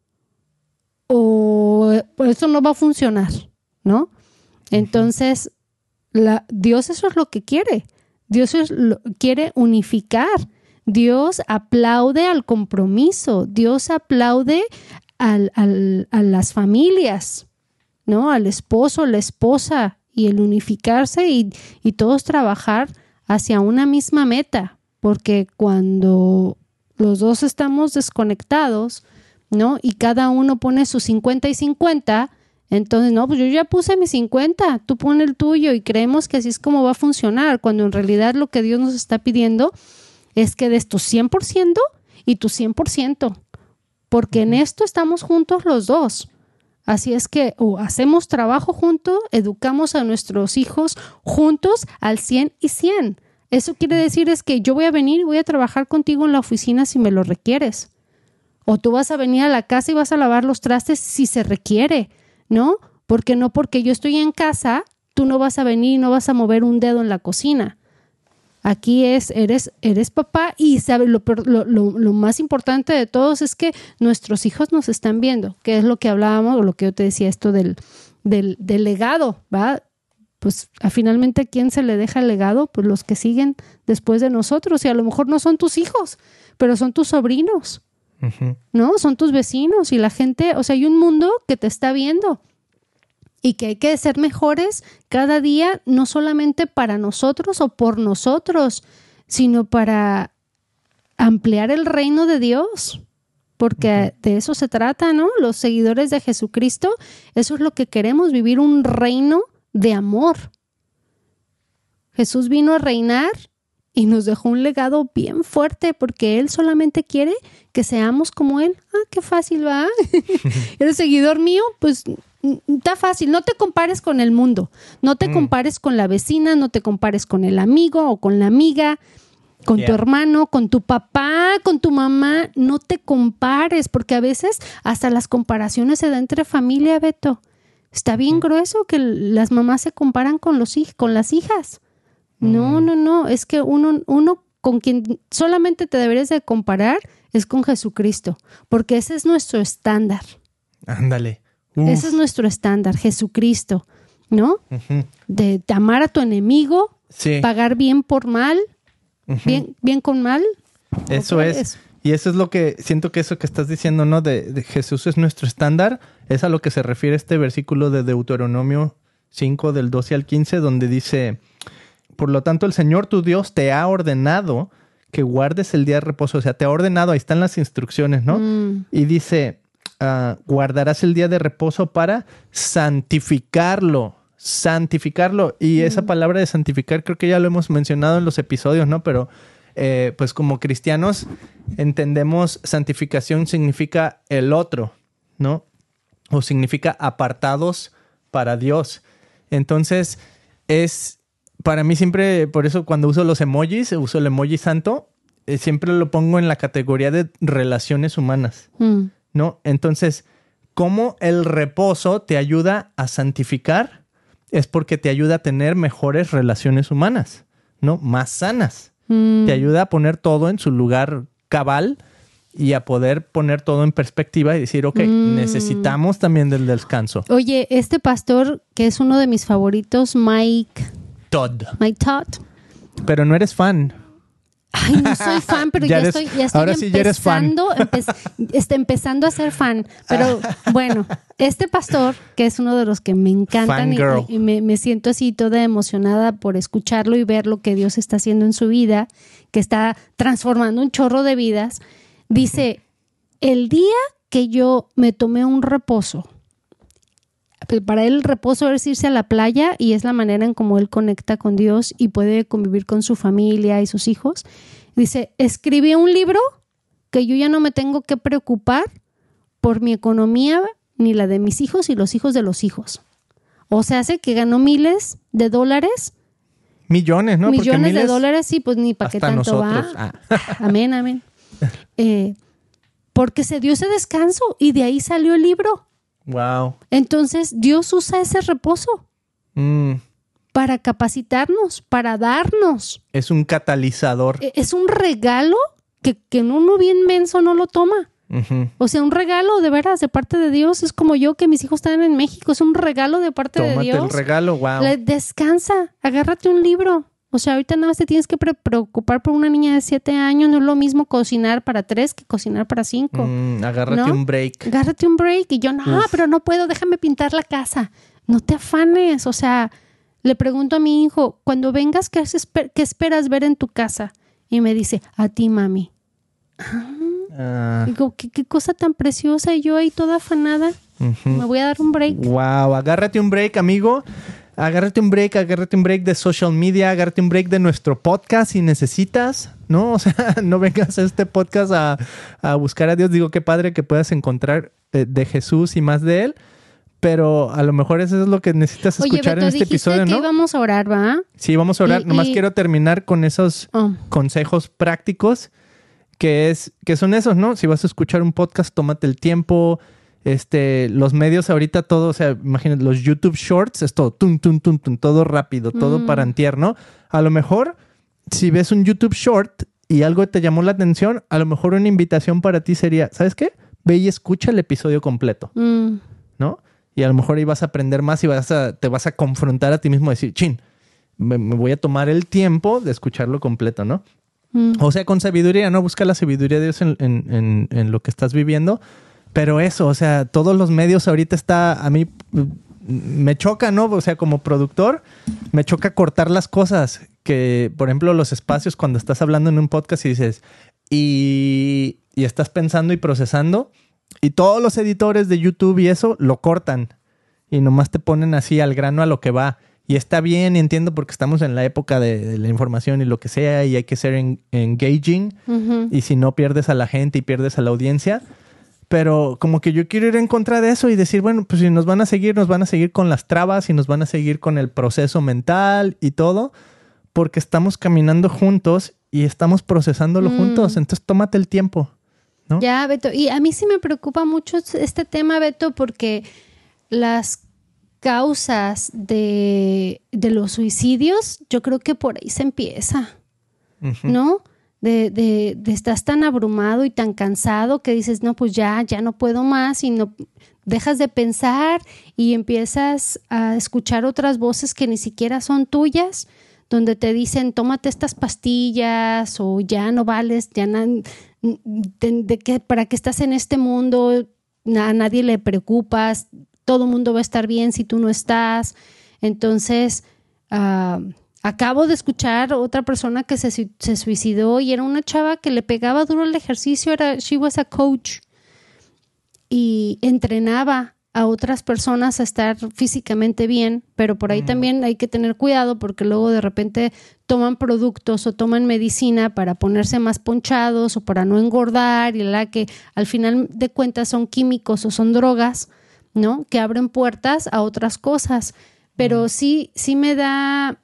o eso no va a funcionar, ¿no? Entonces, Dios eso es lo que quiere. Dios quiere unificar. Dios aplaude al compromiso. Dios aplaude a las familias, ¿no? Al esposo, la esposa, y el unificarse y todos trabajar hacia una misma meta. Porque cuando los dos estamos desconectados, ¿no? Y cada uno pone sus 50 y 50, entonces, no, pues yo ya puse mis 50, tú pon el tuyo, y creemos que así es como va a funcionar, cuando en realidad lo que Dios nos está pidiendo es que des tu 100% y tu 100%, porque en esto estamos juntos los dos. Así es que o hacemos trabajo juntos, educamos a nuestros hijos juntos al 100 y 100. Eso quiere decir es que yo voy a venir y voy a trabajar contigo en la oficina si me lo requieres. O tú vas a venir a la casa y vas a lavar los trastes si se requiere, ¿no? Porque yo estoy en casa, tú no vas a venir y no vas a mover un dedo en la cocina. Aquí eres papá, y sabe, lo más importante de todos es que nuestros hijos nos están viendo, que es lo que hablábamos, o lo que yo te decía, esto del legado, ¿va? Pues finalmente, ¿a quién se le deja el legado? Pues los que siguen después de nosotros, y a lo mejor no son tus hijos, pero son tus sobrinos, ¿no? Son tus vecinos y la gente, o sea, hay un mundo que te está viendo. Y que hay que ser mejores cada día, no solamente para nosotros o por nosotros, sino para ampliar el reino de Dios. Porque de eso se trata, ¿no? Los seguidores de Jesucristo, eso es lo que queremos, vivir un reino de amor. Jesús vino a reinar y nos dejó un legado bien fuerte, porque Él solamente quiere que seamos como Él. Qué fácil, ¿va? ¿Eres seguidor mío? Pues está fácil. No te compares con el mundo, no te compares con la vecina, no te compares con el amigo o con la amiga, con tu hermano, con tu papá, con tu mamá. No te compares, porque a veces hasta las comparaciones se dan entre familia, Beto. Está bien grueso que las mamás se comparan con las hijas. No, es que uno con quien solamente te deberías de comparar es con Jesucristo, porque ese es nuestro estándar. Ándale. Ese es nuestro estándar, Jesucristo, ¿no? De amar a tu enemigo, pagar bien por mal, bien con mal. Eso es. Y eso es lo que siento que eso que estás diciendo, ¿no? De Jesús es nuestro estándar. Es a lo que se refiere este versículo de Deuteronomio 5, del 12 al 15, donde dice: por lo tanto, el Señor tu Dios te ha ordenado que guardes el día de reposo. O sea, te ha ordenado, ahí están las instrucciones, ¿no? Y dice, guardarás el día de reposo para santificarlo. Santificarlo. Y esa palabra de santificar creo que ya lo hemos mencionado en los episodios, ¿no? Pero pues como cristianos entendemos santificación significa el otro, ¿no? O significa apartados para Dios. Entonces es, para mí siempre, por eso cuando uso los emojis, uso el emoji santo, siempre lo pongo en la categoría de relaciones humanas, ¿no? Entonces, ¿cómo el reposo te ayuda a santificar? Es porque te ayuda a tener mejores relaciones humanas, ¿no? Más sanas. Te ayuda a poner todo en su lugar cabal y a poder poner todo en perspectiva y decir, ok, necesitamos también del descanso. Oye, este pastor, que es uno de mis favoritos, Mike Todd. Pero no eres fan. Ay, no soy fan, pero ya estoy ahora sí empezando, empezando a ser fan. Pero bueno, este pastor, que es uno de los que me encantan y me siento así toda emocionada por escucharlo y ver lo que Dios está haciendo en su vida, que está transformando un chorro de vidas, dice, el día que yo me tomé un reposo, para él el reposo es irse a la playa y es la manera en cómo él conecta con Dios y puede convivir con su familia y sus hijos. Dice, escribí un libro que yo ya no me tengo que preocupar por mi economía ni la de mis hijos y los hijos de los hijos. O sea, hace que ganó miles de dólares. Millones, ¿no? Millones de dólares, sí, pues ni para qué tanto nosotros. Va. Amén. Porque se dio ese descanso y de ahí salió el libro. Wow. Entonces, Dios usa ese reposo para capacitarnos, para darnos. Es un catalizador. Es un regalo que uno bien menso no lo toma. O sea, un regalo de veras de parte de Dios. Es como yo que mis hijos están en México. Es un regalo de parte de Dios. Tómate el regalo, wow. Descansa, agárrate un libro. O sea, ahorita nada más te tienes que preocupar por una niña de 7 años. No es lo mismo cocinar para 3 que cocinar para 5. Agárrate un break. Agárrate un break. Y yo, pero no puedo, déjame pintar la casa. No te afanes. O sea, le pregunto a mi hijo, cuando vengas, ¿qué esperas ver en tu casa? Y me dice, a ti, mami. Digo, ¿qué cosa tan preciosa. Y yo ahí toda afanada. Me voy a dar un break. Wow, agárrate un break, amigo. Agárrate un break de social media, agárrate un break de nuestro podcast si necesitas, ¿no? O sea, no vengas a este podcast a buscar a Dios. Digo, qué padre que puedas encontrar de Jesús y más de Él, pero a lo mejor eso es lo que necesitas escuchar en este episodio, ¿no? Que íbamos a orar, ¿va? Sí, vamos a orar. Nomás quiero terminar con esos consejos prácticos que son esos, ¿no? Si vas a escuchar un podcast, tómate el tiempo. Los medios ahorita todo, o sea, imagínate, los YouTube Shorts, es todo, todo rápido, todo para antier, ¿no? A lo mejor, si ves un YouTube Short y algo te llamó la atención, a lo mejor una invitación para ti sería, ¿sabes qué? Ve y escucha el episodio completo, ¿no? Y a lo mejor ahí vas a aprender más y te vas a confrontar a ti mismo, a decir, chin, me voy a tomar el tiempo de escucharlo completo, ¿no? O sea, con sabiduría, ¿no? Busca la sabiduría de Dios en lo que estás viviendo. Pero eso, o sea, todos los medios ahorita a mí me choca, ¿no? O sea, como productor, me choca cortar las cosas. Que, por ejemplo, los espacios cuando estás hablando en un podcast y dices, y estás pensando y procesando, y todos los editores de YouTube y eso lo cortan. Y nomás te ponen así al grano a lo que va. Y está bien, y entiendo porque estamos en la época de la información y lo que sea, y hay que ser engaging. Y si no, pierdes a la gente y pierdes a la audiencia. Pero como que yo quiero ir en contra de eso y decir, bueno, pues si nos van a seguir con las trabas y nos van a seguir con el proceso mental y todo, porque estamos caminando juntos y estamos procesándolo juntos. Entonces, tómate el tiempo, ¿no? Ya, Beto. Y a mí sí me preocupa mucho este tema, Beto, porque las causas de los suicidios, yo creo que por ahí se empieza, ¿no? De estás tan abrumado y tan cansado que dices, no, pues ya no puedo más y no dejas de pensar y empiezas a escuchar otras voces que ni siquiera son tuyas, donde te dicen, tómate estas pastillas o ya no vales, ya ¿para qué estás en este mundo? A nadie le preocupas, todo el mundo va a estar bien si tú no estás. Entonces, acabo de escuchar otra persona que se suicidó y era una chava que le pegaba duro el ejercicio, she was a coach y entrenaba a otras personas a estar físicamente bien, pero por ahí también hay que tener cuidado porque luego de repente toman productos o toman medicina para ponerse más ponchados o para no engordar y la que al final de cuentas son químicos o son drogas, ¿no? Que abren puertas a otras cosas. Pero sí me da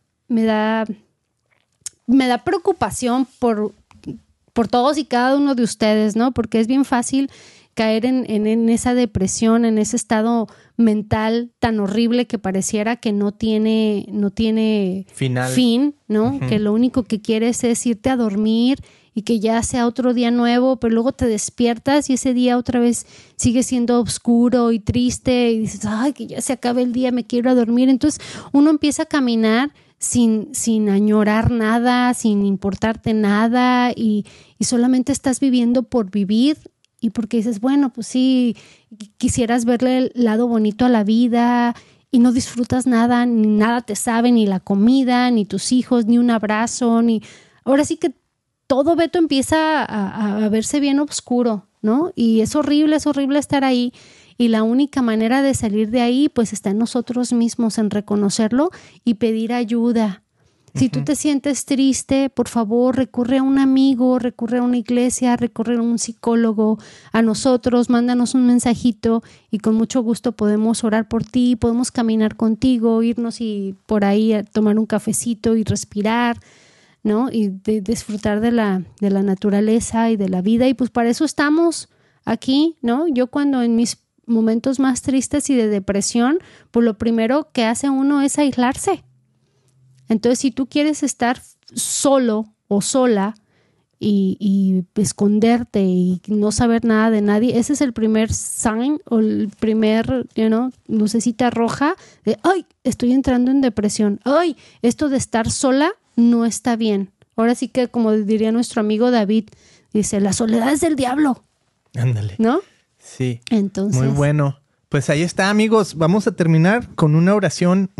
preocupación por todos y cada uno de ustedes, ¿no? Porque es bien fácil caer en esa depresión, en ese estado mental tan horrible que pareciera que no tiene fin, ¿no? Uh-huh. Que lo único que quieres es irte a dormir y que ya sea otro día nuevo, pero luego te despiertas y ese día otra vez sigue siendo oscuro y triste y dices, ay, que ya se acabe el día, me quiero ir a dormir. Entonces uno empieza a caminar sin añorar nada, sin importarte nada y solamente estás viviendo por vivir. Y porque dices, bueno, pues sí, quisieras verle el lado bonito a la vida y no disfrutas nada, ni nada te sabe, ni la comida, ni tus hijos, ni un abrazo, ni... Ahora sí que todo, Beto, empieza a verse bien oscuro, ¿no? Y es horrible estar ahí. Y la única manera de salir de ahí, pues está en nosotros mismos, en reconocerlo y pedir ayuda. Si tú te sientes triste, por favor, recurre a un amigo, recurre a una iglesia, recurre a un psicólogo, a nosotros, mándanos un mensajito y con mucho gusto podemos orar por ti, podemos caminar contigo, irnos y por ahí a tomar un cafecito y respirar, ¿no? Y disfrutar de la naturaleza y de la vida. Y pues para eso estamos aquí, ¿no? Yo cuando en mis momentos más tristes y de depresión, pues lo primero que hace uno es aislarse. Entonces, si tú quieres estar solo o sola y esconderte y no saber nada de nadie, ese es el primer sign o el primer, lucecita roja de, ay, estoy entrando en depresión. Ay, esto de estar sola no está bien. Ahora sí que, como diría nuestro amigo David, dice, la soledad es del diablo. Ándale. ¿No? Sí. Entonces. Muy bueno. Pues ahí está, amigos. Vamos a terminar con una oración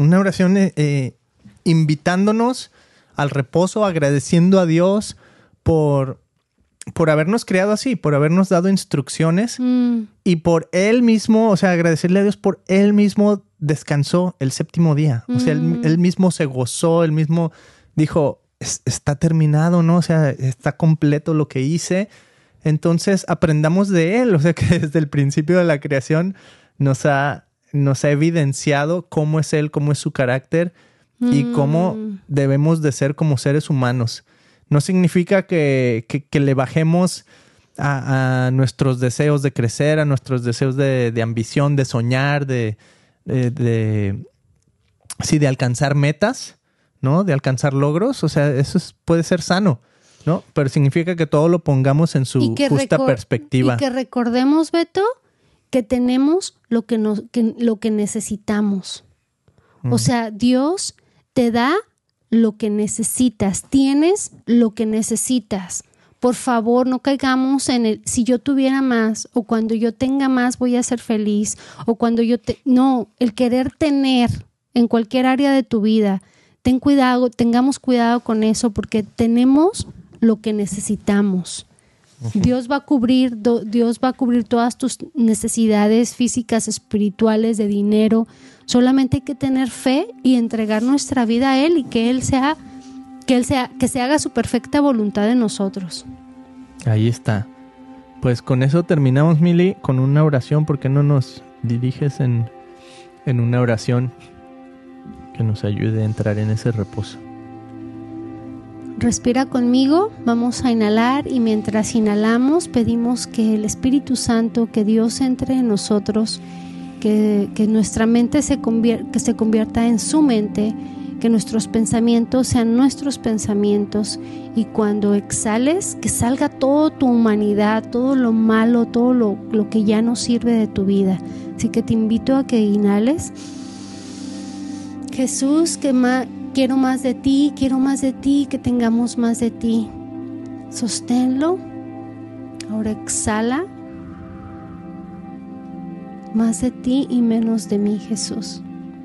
invitándonos al reposo, agradeciendo a Dios por habernos creado así, por habernos dado instrucciones y por Él mismo, o sea, agradecerle a Dios por Él mismo descansó el séptimo día. O sea, él mismo se gozó, Él mismo dijo, está terminado, ¿no? O sea, está completo lo que hice. Entonces, aprendamos de Él. O sea, que desde el principio de la creación nos ha evidenciado cómo es Él, cómo es su carácter y cómo debemos de ser como seres humanos. No significa que le bajemos a nuestros deseos de crecer, a nuestros deseos de ambición, de soñar, de alcanzar metas, ¿no? De alcanzar logros. O sea, eso puede ser sano, ¿no? Pero significa que todo lo pongamos en su justa perspectiva. Y que recordemos, Beto, que tenemos lo que necesitamos. O sea, Dios te da lo que necesitas, tienes lo que necesitas. Por favor, no caigamos en el si yo tuviera más o cuando yo tenga más voy a ser feliz o cuando no, el querer tener en cualquier área de tu vida. Tengamos cuidado con eso porque tenemos lo que necesitamos. Dios va a cubrir todas tus necesidades físicas, espirituales, de dinero. Solamente hay que tener fe y entregar nuestra vida a Él y que se haga su perfecta voluntad en nosotros. Ahí está. Pues con eso terminamos, Mili, con una oración. ¿Por qué no nos diriges en una oración que nos ayude a entrar en ese reposo? Respira conmigo, vamos a inhalar y mientras inhalamos pedimos que el Espíritu Santo, que Dios entre en nosotros, que nuestra mente se convierta en su mente, que nuestros pensamientos sean nuestros pensamientos y cuando exhales, que salga toda tu humanidad, todo lo malo, todo lo que ya no sirve de tu vida. Así que te invito a que inhales. Jesús, quiero más de ti, que tengamos más de ti. Sosténlo. Ahora exhala. Más de ti y menos de mí, Jesús.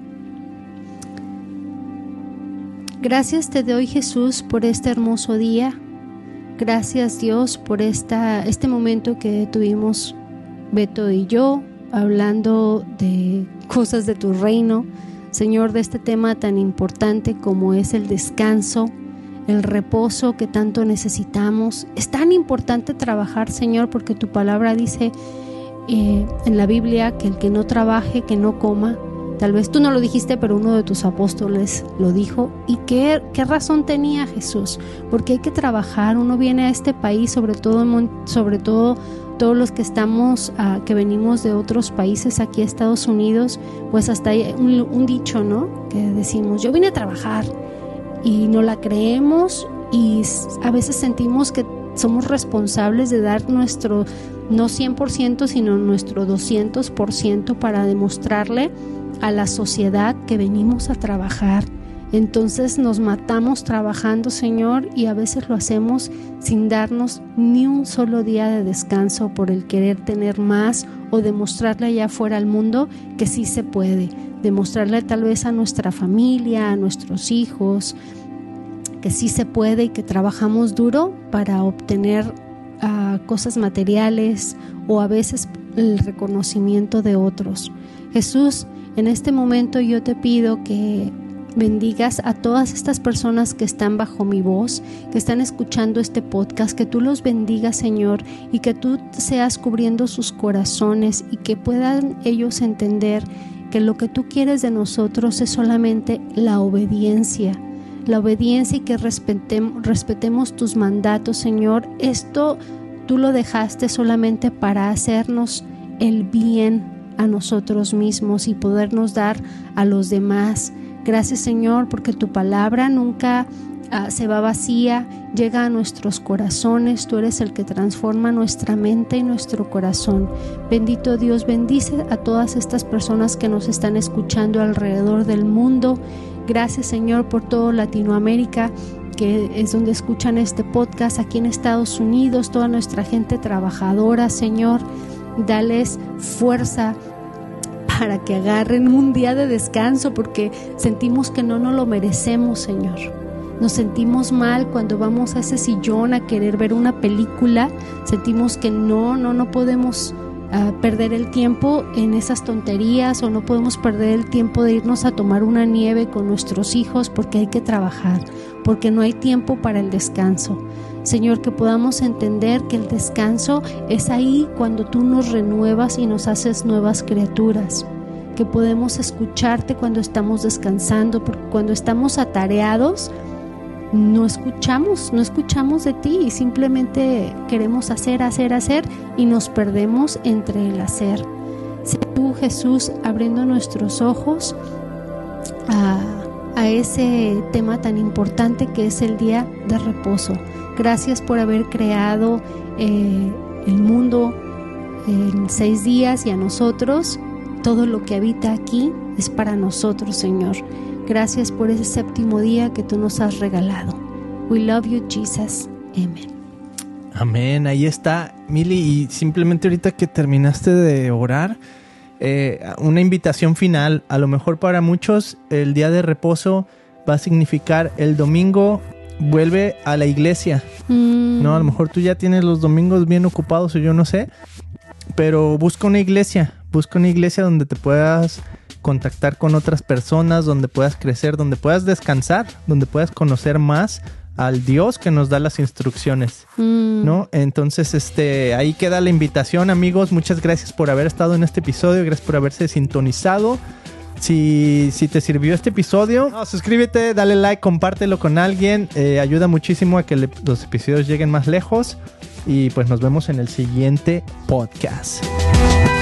Gracias te doy, Jesús, por este hermoso día. Gracias, Dios, por este momento que tuvimos Beto y yo, hablando de cosas de tu reino, Señor, de este tema tan importante como es el descanso, el reposo que tanto necesitamos. Es tan importante trabajar, Señor, porque tu palabra dice en la Biblia que el que no trabaje, que no coma. Tal vez tú no lo dijiste, pero uno de tus apóstoles lo dijo. ¿Y qué razón tenía Jesús? Porque hay que trabajar. Uno viene a este país, sobre todo todos los que estamos, que venimos de otros países aquí a Estados Unidos, pues hasta hay un dicho, ¿no? Que decimos, yo vine a trabajar, y no la creemos, y a veces sentimos que somos responsables de dar nuestro, no 100%, sino nuestro 200% para demostrarle a la sociedad que venimos a trabajar. Entonces nos matamos trabajando, Señor, y a veces lo hacemos sin darnos ni un solo día de descanso por el querer tener más o demostrarle allá afuera al mundo que sí se puede, demostrarle tal vez a nuestra familia, a nuestros hijos, que sí se puede y que trabajamos duro para obtener cosas materiales o a veces el reconocimiento de otros. Jesús, en este momento yo te pido que bendigas a todas estas personas que están bajo mi voz, que están escuchando este podcast, que tú los bendigas, Señor, y que tú seas cubriendo sus corazones y que puedan ellos entender que lo que tú quieres de nosotros es solamente la obediencia y que respetemos tus mandatos, Señor. Esto tú lo dejaste solamente para hacernos el bien a nosotros mismos y podernos dar a los demás. Gracias, Señor, porque tu palabra nunca se va vacía, llega a nuestros corazones. Tú eres el que transforma nuestra mente y nuestro corazón. Bendito Dios, bendice a todas estas personas que nos están escuchando alrededor del mundo. Gracias, Señor, por todo Latinoamérica, que es donde escuchan este podcast, aquí en Estados Unidos, toda nuestra gente trabajadora, Señor. Dales fuerza para que agarren un día de descanso, porque sentimos que no nos lo merecemos, Señor. Nos sentimos mal cuando vamos a ese sillón a querer ver una película. Sentimos que no podemos perder el tiempo en esas tonterías, o no podemos perder el tiempo de irnos a tomar una nieve con nuestros hijos porque hay que trabajar, porque no hay tiempo para el descanso. Señor, que podamos entender que el descanso es ahí cuando tú nos renuevas y nos haces nuevas criaturas, que podemos escucharte cuando estamos descansando, porque cuando estamos atareados no escuchamos de ti y simplemente queremos hacer y nos perdemos entre el hacer. Sé tú, Jesús, abriendo nuestros ojos a ese tema tan importante que es el día de reposo. Gracias por haber creado el mundo en 6 días, y a nosotros todo lo que habita aquí es para nosotros, Señor. Gracias por ese 7º día que tú nos has regalado. We love you, Jesus. Amen. Amén. Ahí está, Mili. Y simplemente ahorita que terminaste de orar, una invitación final. A lo mejor para muchos el día de reposo va a significar el domingo vuelve a la iglesia. No, a lo mejor tú ya tienes los domingos bien ocupados o yo no sé, pero busca una iglesia donde te puedas contactar con otras personas, donde puedas crecer, donde puedas descansar, donde puedas conocer más al Dios que nos da las instrucciones, ¿no? Entonces, ahí queda la invitación, amigos. Muchas gracias por haber estado en este episodio, gracias por haberse sintonizado. Si te sirvió este episodio, suscríbete, dale like, compártelo con alguien. Ayuda muchísimo a que los episodios lleguen más lejos. Y pues nos vemos en el siguiente podcast.